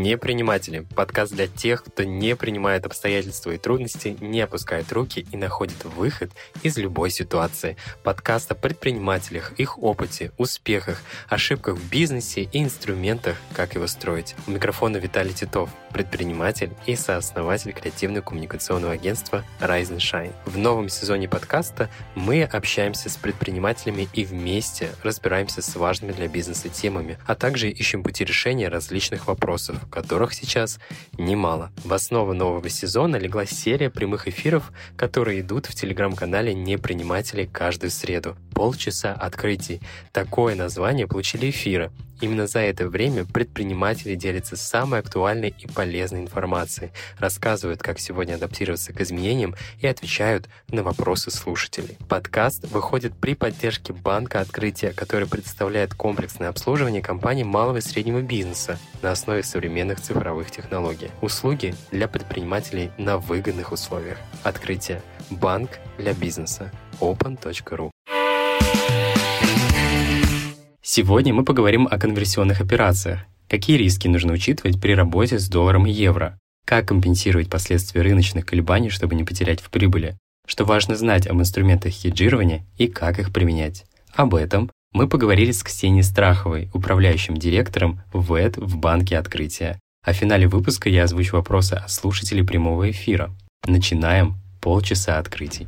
Неприниматели. Подкаст для тех, кто не принимает обстоятельства и трудности, не опускает руки и находит выход из любой ситуации. Подкаст о предпринимателях, их опыте, успехах, ошибках в бизнесе и инструментах, как его строить. У микрофона Виталий Титов, предприниматель и сооснователь креативно-коммуникационного агентства Rise and Shine. В новом сезоне подкаста мы общаемся с предпринимателями и вместе разбираемся с важными для бизнеса темами, а также ищем пути решения различных вопросов, которых сейчас немало. В основу нового сезона легла серия прямых эфиров, которые идут в телеграм-канале «Неприниматели» каждую среду. Полчаса открытий. Такое название получили эфиры. Именно за это время предприниматели делятся самой актуальной и полезной информацией, рассказывают, как сегодня адаптироваться к изменениям и отвечают на вопросы слушателей. Подкаст выходит при поддержке Банка Открытия, который представляет комплексное обслуживание компаний малого и среднего бизнеса на основе современных цифровых технологий. Услуги для предпринимателей на выгодных условиях. Открытие. Банк для бизнеса. open.ru. Сегодня мы поговорим о конверсионных операциях. Какие риски нужно учитывать при работе с долларом и евро? Как компенсировать последствия рыночных колебаний, чтобы не потерять в прибыли? Что важно знать об инструментах хеджирования и как их применять? Об этом мы поговорили с Ксенией Страховой, управляющим директором ВЭД в Банке Открытия. А в финале выпуска я озвучу вопросы от слушателей прямого эфира. Начинаем полчаса открытий.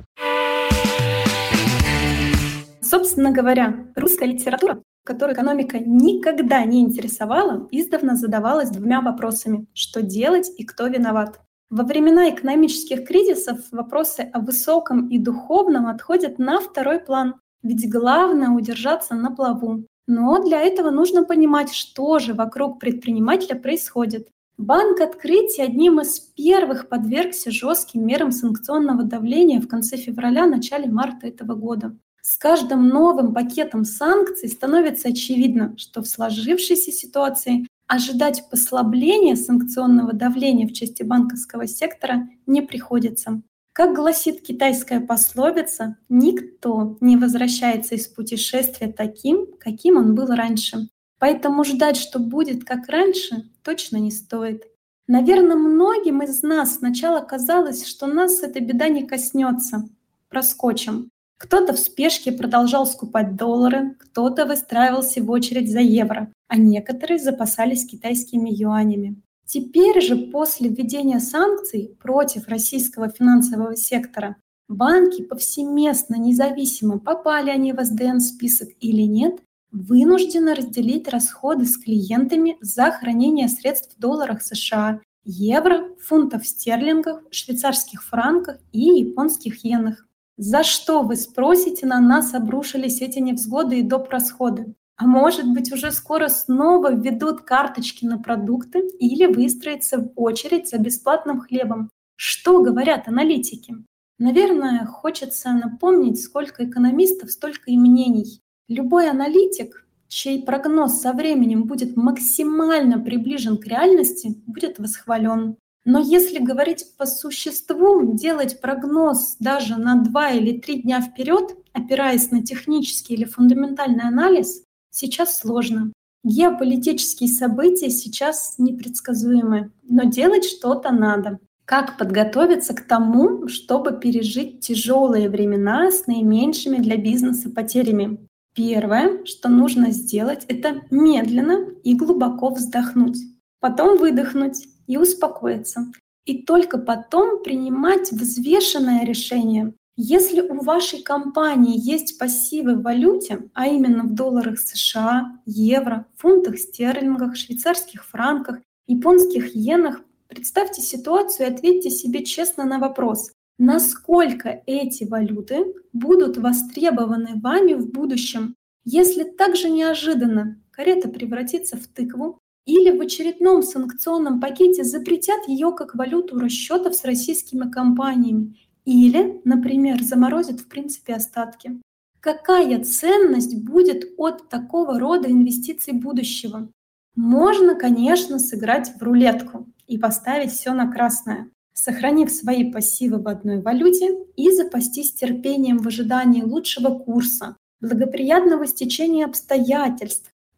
Собственно говоря, русская литература, которую экономика никогда не интересовала, издавна задавалась двумя вопросами: что делать и кто виноват. Во времена экономических кризисов вопросы о высоком и духовном отходят на второй план, ведь главное — удержаться на плаву. Но для этого нужно понимать, что же вокруг предпринимателя происходит. Банк Открытия одним из первых подвергся жестким мерам санкционного давления в конце февраля, начале марта этого года. С каждым новым пакетом санкций становится очевидно, что в сложившейся ситуации ожидать послабления санкционного давления в части банковского сектора не приходится. Как гласит китайская пословица, никто не возвращается из путешествия таким, каким он был раньше. Поэтому ждать, что будет как раньше, точно не стоит. Наверное, многим из нас сначала казалось, что нас эта беда не коснется. Проскочим. Кто-то в спешке продолжал скупать доллары, кто-то выстраивался в очередь за евро, а некоторые запасались китайскими юанями. Теперь же, после введения санкций против российского финансового сектора, банки повсеместно, независимо, попали они в СДН-список или нет, вынуждены разделить расходы с клиентами за хранение средств в долларах США, евро, фунтах стерлингов, швейцарских франках и японских иенах. За что, вы спросите, на нас обрушились эти невзгоды и доп. Расходы? А может быть, уже скоро снова введут карточки на продукты или выстроятся в очередь за бесплатным хлебом? Что говорят аналитики? Наверное, хочется напомнить, сколько экономистов, столько и мнений. Любой аналитик, чей прогноз со временем будет максимально приближен к реальности, будет восхвален. Но если говорить по существу, делать прогноз даже на 2 или 3 дня вперед, опираясь на технический или фундаментальный анализ, сейчас сложно. Геополитические события сейчас непредсказуемы, но делать что-то надо. Как подготовиться к тому, чтобы пережить тяжелые времена с наименьшими для бизнеса потерями? Первое, что нужно сделать, это медленно и глубоко вздохнуть, потом выдохнуть и успокоиться. И только потом принимать взвешенное решение. Если у вашей компании есть пассивы в валюте, а именно в долларах США, евро, фунтах стерлингах, швейцарских франках, японских иенах, представьте ситуацию и ответьте себе честно на вопрос: насколько эти валюты будут востребованы вами в будущем, если так же неожиданно карета превратится в тыкву, или в очередном санкционном пакете запретят ее как валюту расчетов с российскими компаниями, или, например, заморозят в принципе остатки. Какая ценность будет от такого рода инвестиций будущего? Можно, конечно, сыграть в рулетку и поставить все на красное, сохранив свои пассивы в одной валюте и запастись терпением в ожидании лучшего курса, благоприятного стечения обстоятельств.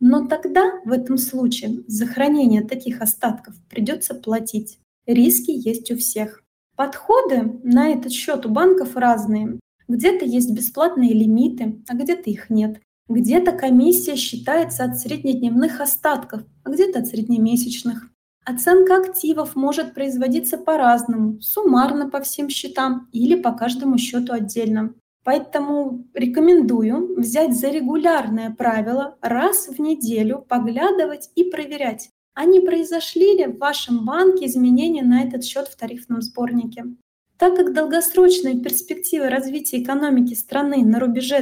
Но тогда в этом случае за хранение таких остатков придется платить. Риски есть у всех. Подходы на этот счет у банков разные. Где-то есть бесплатные лимиты, а где-то их нет. Где-то комиссия считается от среднедневных остатков, а где-то от среднемесячных. Оценка активов может производиться по-разному, суммарно по всем счетам или по каждому счету отдельно. Поэтому рекомендую взять за регулярное правило раз в неделю поглядывать и проверять, а не произошли ли в вашем банке изменения на этот счет в тарифном сборнике. Так как долгосрочные перспективы развития экономики страны на рубеже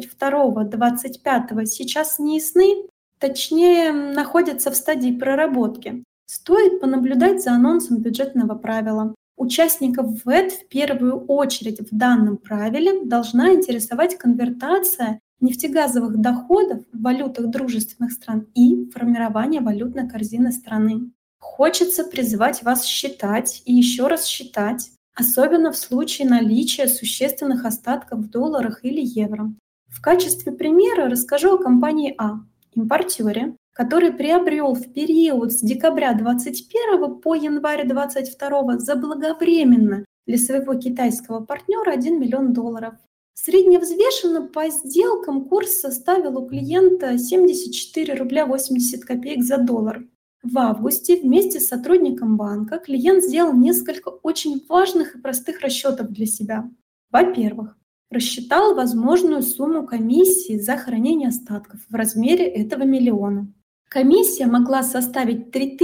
2022-2025 сейчас не ясны, точнее находятся в стадии проработки, стоит понаблюдать за анонсом бюджетного правила. Участников ВЭД в первую очередь в данном правиле должна интересовать конвертация нефтегазовых доходов в валютах дружественных стран и формирование валютной корзины страны. Хочется призвать вас считать и еще раз считать, особенно в случае наличия существенных остатков в долларах или евро. В качестве примера расскажу о компании А, импортере, который приобрел в период с декабря 2021 по январь 2022 заблаговременно для своего китайского партнера $1 миллион. Средневзвешенно по сделкам курс составил у клиента 74 рубля 80 копеек за доллар. В августе вместе с сотрудником банка клиент сделал несколько очень важных и простых расчетов для себя. Во-первых, рассчитал возможную сумму комиссии за хранение остатков в размере этого миллиона. Комиссия могла составить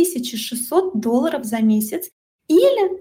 $3600 за месяц или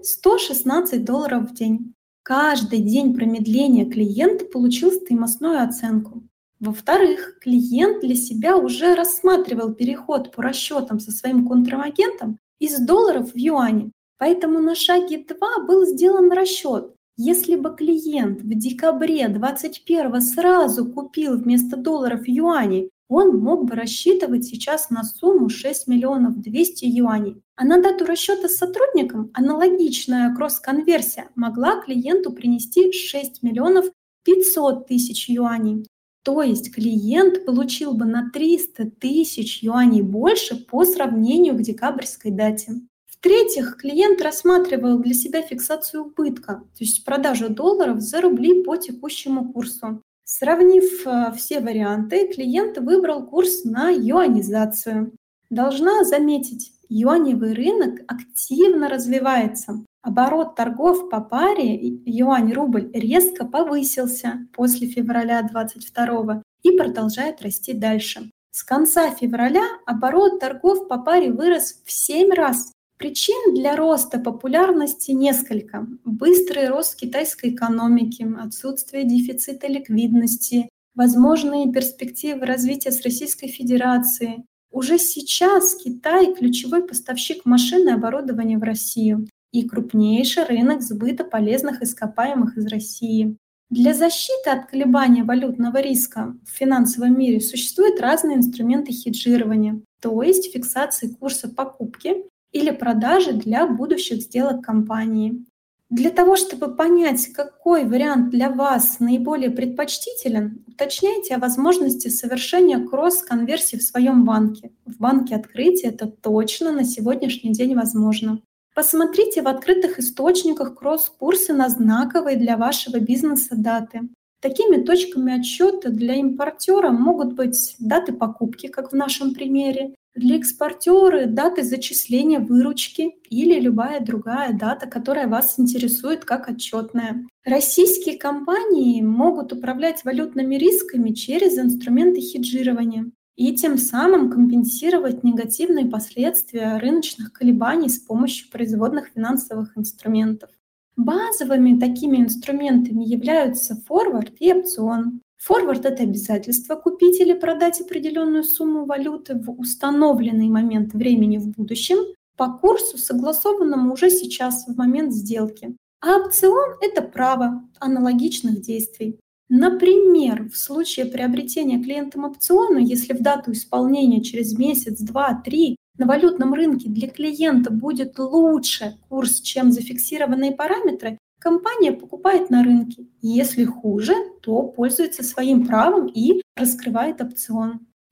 $116 в день. Каждый день промедления клиент получил стоимостную оценку. Во-вторых, клиент для себя уже рассматривал переход по расчетам со своим контрагентом из долларов в юани. Поэтому на шаге 2 был сделан расчет. Если бы клиент в декабре 2021 сразу купил вместо долларов юаней, он мог бы рассчитывать сейчас на сумму 6 миллионов 200 юаней. А на дату расчета с сотрудником аналогичная кросс-конверсия могла клиенту принести 6 миллионов 500 тысяч юаней. То есть клиент получил бы на 300 тысяч юаней больше по сравнению к декабрьской дате. В-третьих, клиент рассматривал для себя фиксацию убытка, то есть продажу долларов за рубли по текущему курсу. Сравнив все варианты, клиент выбрал курс на юанизацию. Должна заметить, юаневый рынок активно развивается. Оборот торгов по паре юань-рубль резко повысился после февраля 2022 и продолжает расти дальше. С конца февраля оборот торгов по паре вырос в 7 раз. Причин для роста популярности несколько. Быстрый рост китайской экономики, отсутствие дефицита ликвидности, возможные перспективы развития с Российской Федерацией. Уже сейчас Китай – ключевой поставщик машин и оборудования в Россию и крупнейший рынок сбыта полезных ископаемых из России. Для защиты от колебания валютного риска в финансовом мире существуют разные инструменты хеджирования, то есть фиксации курса покупки или продажи для будущих сделок компании. Для того, чтобы понять, какой вариант для вас наиболее предпочтителен, уточняйте о возможности совершения кросс-конверсии в своем банке. В банке открытия это точно на сегодняшний день возможно. Посмотрите в открытых источниках кросс-курсы на знаковые для вашего бизнеса даты. Такими точками отсчета для импортера могут быть даты покупки, как в нашем примере, для экспортера даты зачисления выручки или любая другая дата, которая вас интересует как отчетная. Российские компании могут управлять валютными рисками через инструменты хеджирования и тем самым компенсировать негативные последствия рыночных колебаний с помощью производных финансовых инструментов. Базовыми такими инструментами являются форвард и опцион. Форвард – это обязательство купить или продать определенную сумму валюты в установленный момент времени в будущем по курсу, согласованному уже сейчас, в момент сделки. А опцион – это право аналогичных действий. Например, в случае приобретения клиентом опциона, если в дату исполнения через месяц, 2, 3 на валютном рынке для клиента будет лучше курс, чем зафиксированные параметры, компания покупает на рынке. Если хуже, то пользуется своим правом и раскрывает опцион.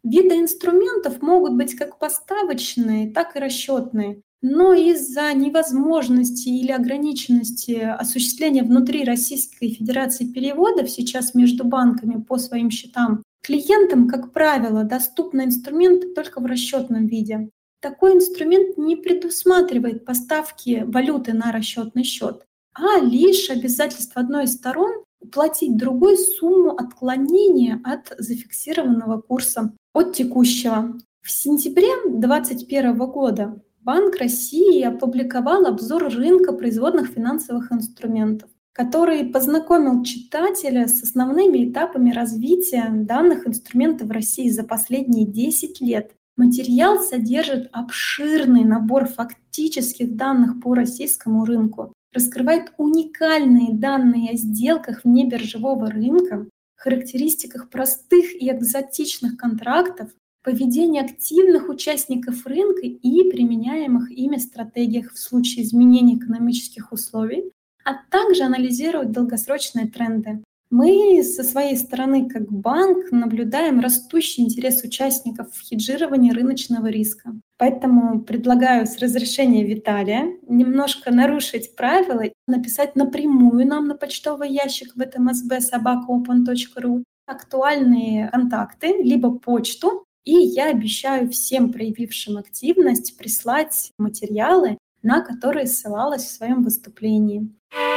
Виды инструментов могут быть как поставочные, так и расчетные. Но из-за невозможности или ограниченности осуществления внутри Российской Федерации переводов сейчас между банками по своим счетам, клиентам, как правило, доступны инструменты только в расчетном виде. Такой инструмент не предусматривает поставки валюты на расчетный счет, а лишь обязательство одной из сторон уплатить другой сумму отклонения от зафиксированного курса от текущего. В сентябре 2021 года Банк России опубликовал обзор рынка производных финансовых инструментов, который познакомил читателя с основными этапами развития данных инструментов в России за последние 10 лет. Материал содержит обширный набор фактических данных по российскому рынку, раскрывает уникальные данные о сделках вне биржевого рынка, характеристиках простых и экзотичных контрактов, поведении активных участников рынка и применяемых ими стратегиях в случае изменения экономических условий, а также анализирует долгосрочные тренды. Мы со своей стороны, как банк, наблюдаем растущий интерес участников в хеджировании рыночного риска. Поэтому предлагаю с разрешения Виталия немножко нарушить правила, написать напрямую нам на почтовый ящик vtmsb@open.ru актуальные контакты, либо почту, и я обещаю всем проявившим активность прислать материалы, на которые ссылалась в своем выступлении.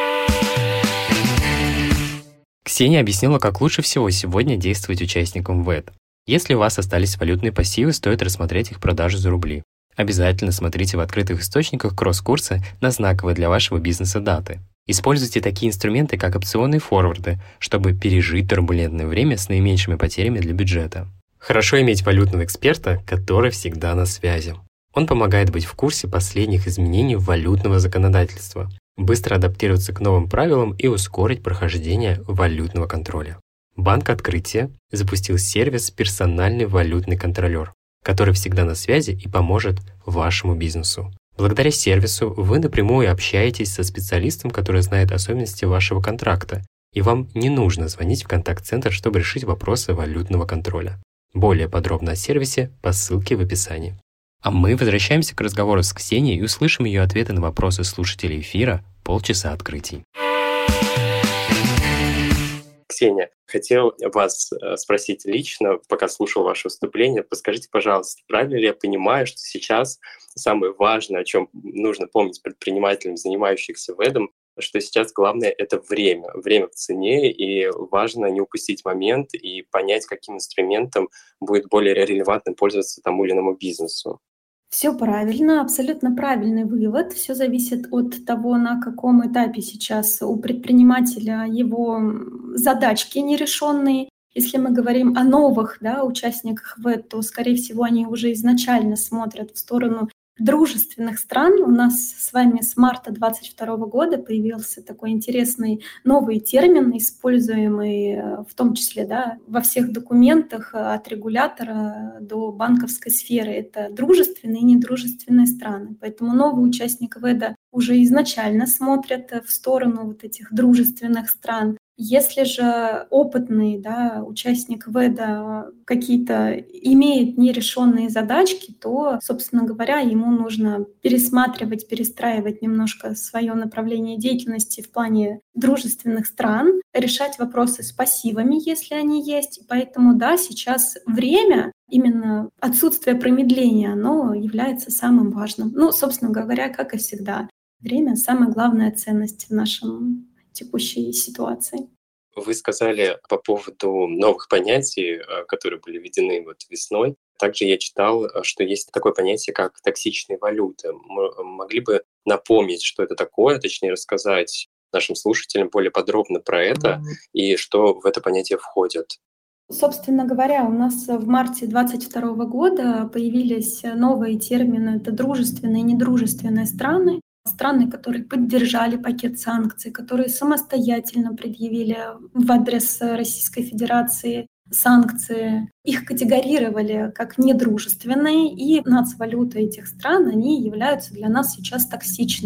Ксения объяснила, как лучше всего сегодня действовать участникам ВЭД. Если у вас остались валютные пассивы, стоит рассмотреть их продажу за рубли. Обязательно смотрите в открытых источниках кросс-курса на знаковые для вашего бизнеса даты. Используйте такие инструменты, как опционные форварды, чтобы пережить турбулентное время с наименьшими потерями для бюджета. Хорошо иметь валютного эксперта, который всегда на связи. Он помогает быть в курсе последних изменений валютного законодательства, быстро адаптироваться к новым правилам и ускорить прохождение валютного контроля. Банк Открытие запустил сервис «Персональный валютный контролер», который всегда на связи и поможет вашему бизнесу. Благодаря сервису вы напрямую общаетесь со специалистом, который знает особенности вашего контракта, и вам не нужно звонить в контакт-центр, чтобы решить вопросы валютного контроля. Более подробно о сервисе по ссылке в описании. А мы возвращаемся к разговору с Ксенией и услышим ее ответы на вопросы слушателей эфира «Полчаса открытий». Ксения, хотел вас спросить лично, пока слушал ваше выступление. Подскажите, пожалуйста, правильно ли я понимаю, что сейчас самое важное, о чем нужно помнить предпринимателям, занимающимся ВЭДом, что сейчас главное — это время. Время в цене, и важно не упустить момент и понять, каким инструментом будет более релевантно пользоваться тому или иному бизнесу. Все правильно, абсолютно правильный вывод. Все зависит от того, на каком этапе сейчас у предпринимателя его задачки нерешенные. Если мы говорим о новых, участниках ВЭД, то, скорее всего, они уже изначально смотрят в сторону дружественных стран. У нас с вами с марта 2022 года появился такой интересный новый термин, используемый в том числе во всех документах от регулятора до банковской сферы. Это дружественные и недружественные страны. Поэтому новый участник ВЭДа уже изначально смотрят в сторону вот этих дружественных стран. Если же опытный участник ВЭДа какие-то имеет нерешенные задачки, то, собственно говоря, ему нужно пересматривать, перестраивать немножко свое направление деятельности в плане дружественных стран, решать вопросы с пассивами, если они есть. Поэтому, сейчас время, именно отсутствие промедления, оно является самым важным. Собственно говоря, как и всегда, время — самая главная ценность в нашем текущей ситуации. Вы сказали по поводу новых понятий, которые были введены весной. Также я читал, что есть такое понятие, как токсичные валюты. Мы могли бы напомнить, что это такое, точнее рассказать нашим слушателям более подробно про это и что в это понятие входит? Собственно говоря, у нас в марте 2022 года появились новые термины. Это дружественные и недружественные страны. Страны, которые поддержали пакет санкций, которые самостоятельно предъявили в адрес Российской Федерации санкции, их категорировали как недружественные, и нацвалюты этих стран, они являются для нас сейчас токсичными.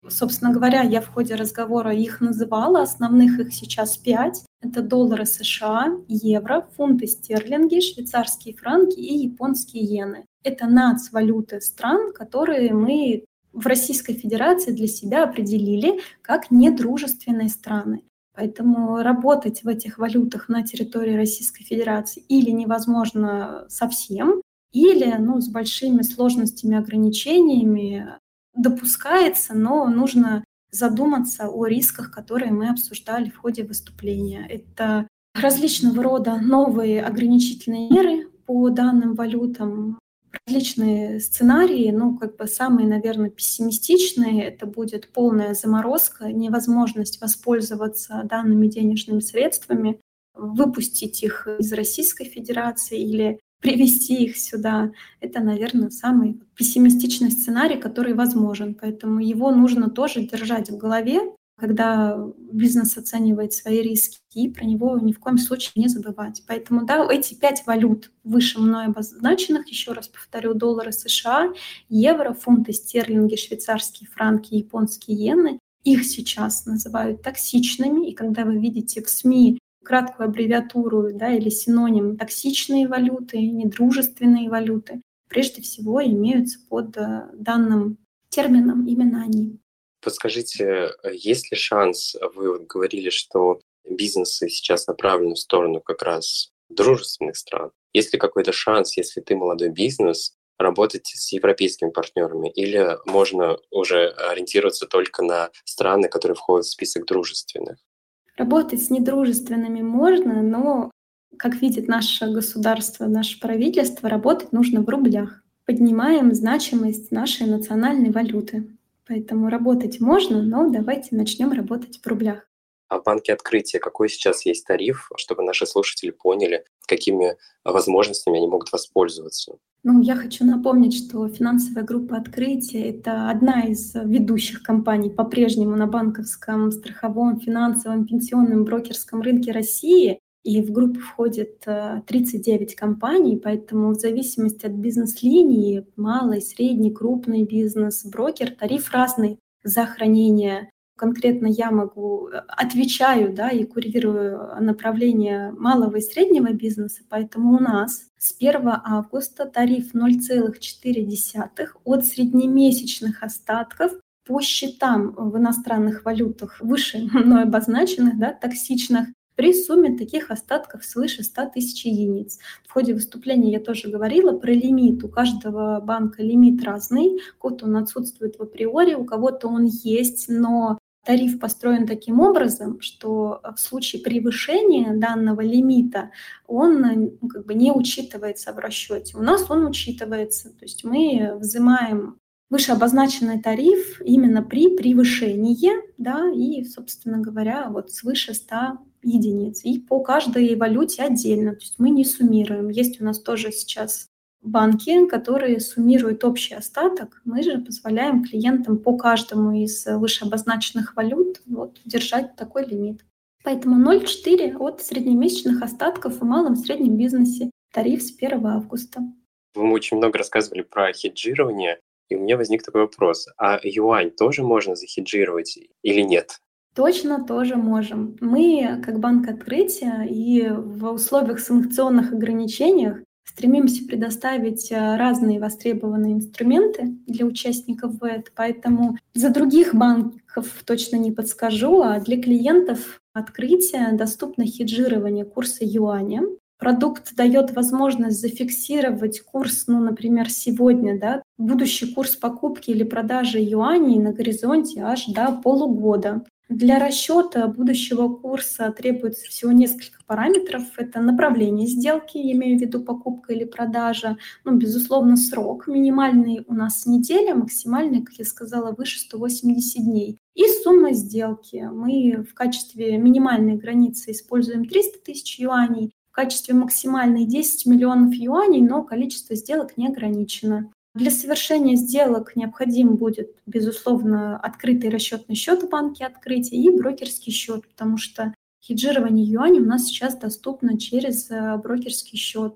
Собственно говоря, я в ходе разговора их называла, основных их сейчас 5. Это доллары США, евро, фунты стерлинги, швейцарские франки и японские иены. Это нацвалюты стран, которые мы в Российской Федерации для себя определили как недружественные страны. Поэтому работать в этих валютах на территории Российской Федерации или невозможно совсем, или с большими сложностями, ограничениями допускается, но нужно задуматься о рисках, которые мы обсуждали в ходе выступления. Это различного рода новые ограничительные меры по данным валютам, различные сценарии. Самые, наверное, пессимистичные — это будет полная заморозка, невозможность воспользоваться данными денежными средствами, выпустить их из Российской Федерации или привести их сюда. Это, наверное, самый пессимистичный сценарий, который возможен. Поэтому его нужно тоже держать в голове, когда бизнес оценивает свои риски, и про него ни в коем случае не забывать. Поэтому, да, эти 5 валют выше мной обозначенных, еще раз повторю, доллары США, евро, фунты стерлинги, швейцарские франки, японские иены, их сейчас называют токсичными. И когда вы видите в СМИ краткую аббревиатуру, или синоним токсичные валюты, недружественные валюты, прежде всего имеются под данным термином именно они. Подскажите, есть ли шанс, вы говорили, что бизнесы сейчас направлены в сторону как раз дружественных стран. Есть ли какой-то шанс, если ты молодой бизнес, работать с европейскими партнерами, или можно уже ориентироваться только на страны, которые входят в список дружественных? Работать с недружественными можно, но, как видит наше государство, наше правительство, работать нужно в рублях. Поднимаем значимость нашей национальной валюты. Поэтому работать можно, но давайте начнем работать в рублях. А в банке открытия какой сейчас есть тариф, чтобы наши слушатели поняли, какими возможностями они могут воспользоваться? Я хочу напомнить, что финансовая группа «Открытие» — это одна из ведущих компаний по-прежнему на банковском, страховом, финансовом, пенсионном, брокерском рынке России. И в группу входит 39 компаний, поэтому в зависимости от бизнес-линии, малый, средний, крупный бизнес, брокер, тариф разный за хранение. Конкретно я отвечаю, и курирую направление малого и среднего бизнеса, поэтому у нас с 1 августа тариф 0,4 от среднемесячных остатков по счетам в иностранных валютах выше мной обозначенных, токсичных, при сумме таких остатков свыше 100 тысяч единиц. В ходе выступления я тоже говорила про лимит. У каждого банка лимит разный. У кого-то он отсутствует в априори, у кого-то он есть, но тариф построен таким образом, что в случае превышения данного лимита он не учитывается в расчете. У нас он учитывается. То есть мы взимаем вышеобозначенный тариф именно при превышении, и, собственно говоря, свыше 100 единиц. И по каждой валюте отдельно. То есть мы не суммируем. Есть у нас тоже сейчас банки, которые суммируют общий остаток. Мы же позволяем клиентам по каждому из вышеобозначенных валют держать такой лимит. Поэтому 0,4 от среднемесячных остатков в малом и среднем бизнесе. Тариф с 1 августа. Вы очень много рассказывали про хеджирование, и у меня возник такой вопрос. А юань тоже можно захеджировать или нет? Точно тоже можем. Мы, как банк открытия, и в условиях санкционных ограничениях стремимся предоставить разные востребованные инструменты для участников ВЭД, поэтому за других банков точно не подскажу, а для клиентов открытия доступно хеджирование курса юаня. Продукт дает возможность зафиксировать курс, например, сегодня, будущий курс покупки или продажи юаней на горизонте аж до полугода. Для расчета будущего курса требуется всего несколько параметров. Это направление сделки, я имею в виду покупка или продажа. Безусловно, срок. Минимальный у нас неделя, максимальный, как я сказала, выше 180 дней. И сумма сделки. Мы в качестве минимальной границы используем 300 тысяч юаней, в качестве максимальной 10 миллионов юаней, но количество сделок не ограничено. Для совершения сделок необходим будет, безусловно, открытый расчетный счет в банке открытия и брокерский счет, потому что хеджирование юаней у нас сейчас доступно через брокерский счет.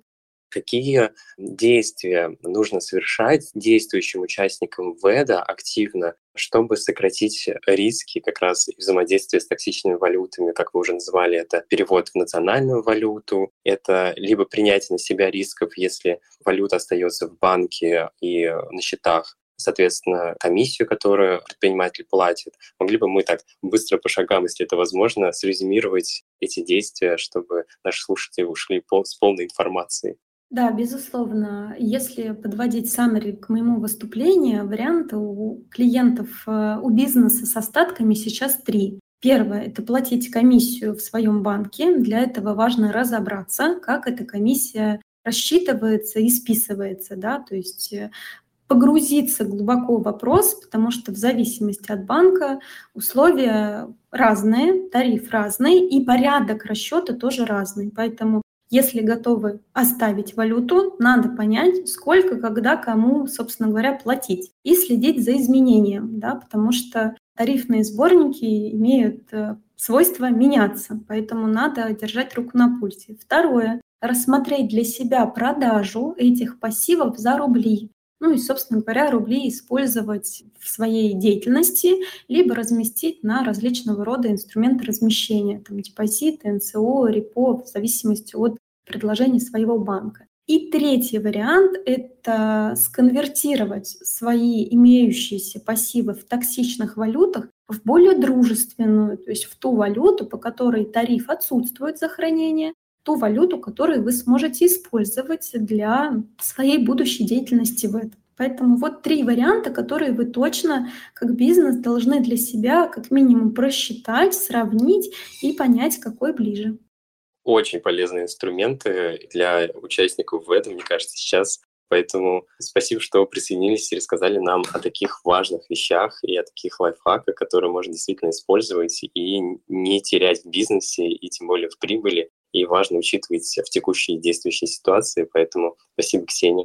Какие действия нужно совершать действующим участникам ВЭДа активно, чтобы сократить риски как раз взаимодействия с токсичными валютами, как вы уже назвали, это перевод в национальную валюту, это либо принятие на себя рисков, если валюта остается в банке и на счетах, соответственно, комиссию, которую предприниматель платит. Могли бы мы так быстро по шагам, если это возможно, срезюмировать эти действия, чтобы наши слушатели ушли с полной информацией? Да, безусловно. Если подводить summary к моему выступлению, варианты у клиентов, у бизнеса с остатками сейчас 3. Первое — это платить комиссию в своем банке. Для этого важно разобраться, как эта комиссия рассчитывается и списывается, да, то есть погрузиться глубоко в вопрос, потому что в зависимости от банка условия разные, тариф разный и порядок расчета тоже разный. Поэтому если готовы оставить валюту, надо понять, сколько, когда, кому, собственно говоря, платить. И следить за изменением, да, потому что тарифные сборники имеют свойство меняться, поэтому надо держать руку на пульсе. Второе — рассмотреть для себя продажу этих пассивов за рубли. Ну и, собственно говоря, рубли использовать в своей деятельности, либо разместить на различного рода инструменты размещения, там депозиты, НСО, репо, в зависимости от предложений своего банка. И третий вариант — это сконвертировать свои имеющиеся пассивы в токсичных валютах в более дружественную, то есть в ту валюту, по которой тариф отсутствует за хранение, ту валюту, которую вы сможете использовать для своей будущей деятельности в этом. Поэтому вот 3 варианта, которые вы точно как бизнес должны для себя как минимум просчитать, сравнить и понять, какой ближе. Очень полезные инструменты для участников в этом, мне кажется, сейчас. Поэтому спасибо, что присоединились и рассказали нам о таких важных вещах и о таких лайфхаках, которые можно действительно использовать и не терять в бизнесе, и тем более в прибыли. И важно учитывать в текущей действующей ситуации. Поэтому спасибо, Ксения.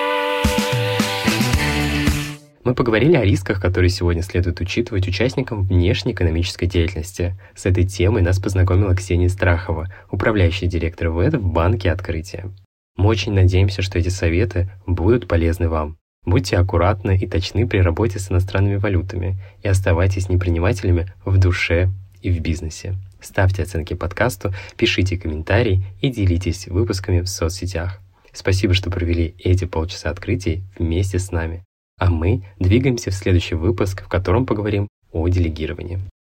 Мы поговорили о рисках, которые сегодня следует учитывать участникам внешней экономической деятельности. С этой темой нас познакомила Ксения Страхова, управляющий директор ВЭД в Банке Открытие. Мы очень надеемся, что эти советы будут полезны вам. Будьте аккуратны и точны при работе с иностранными валютами и оставайтесь непринимателями в душе и в бизнесе. Ставьте оценки подкасту, пишите комментарии и делитесь выпусками в соцсетях. Спасибо, что провели эти полчаса открытий вместе с нами. А мы двигаемся в следующий выпуск, в котором поговорим о делегировании.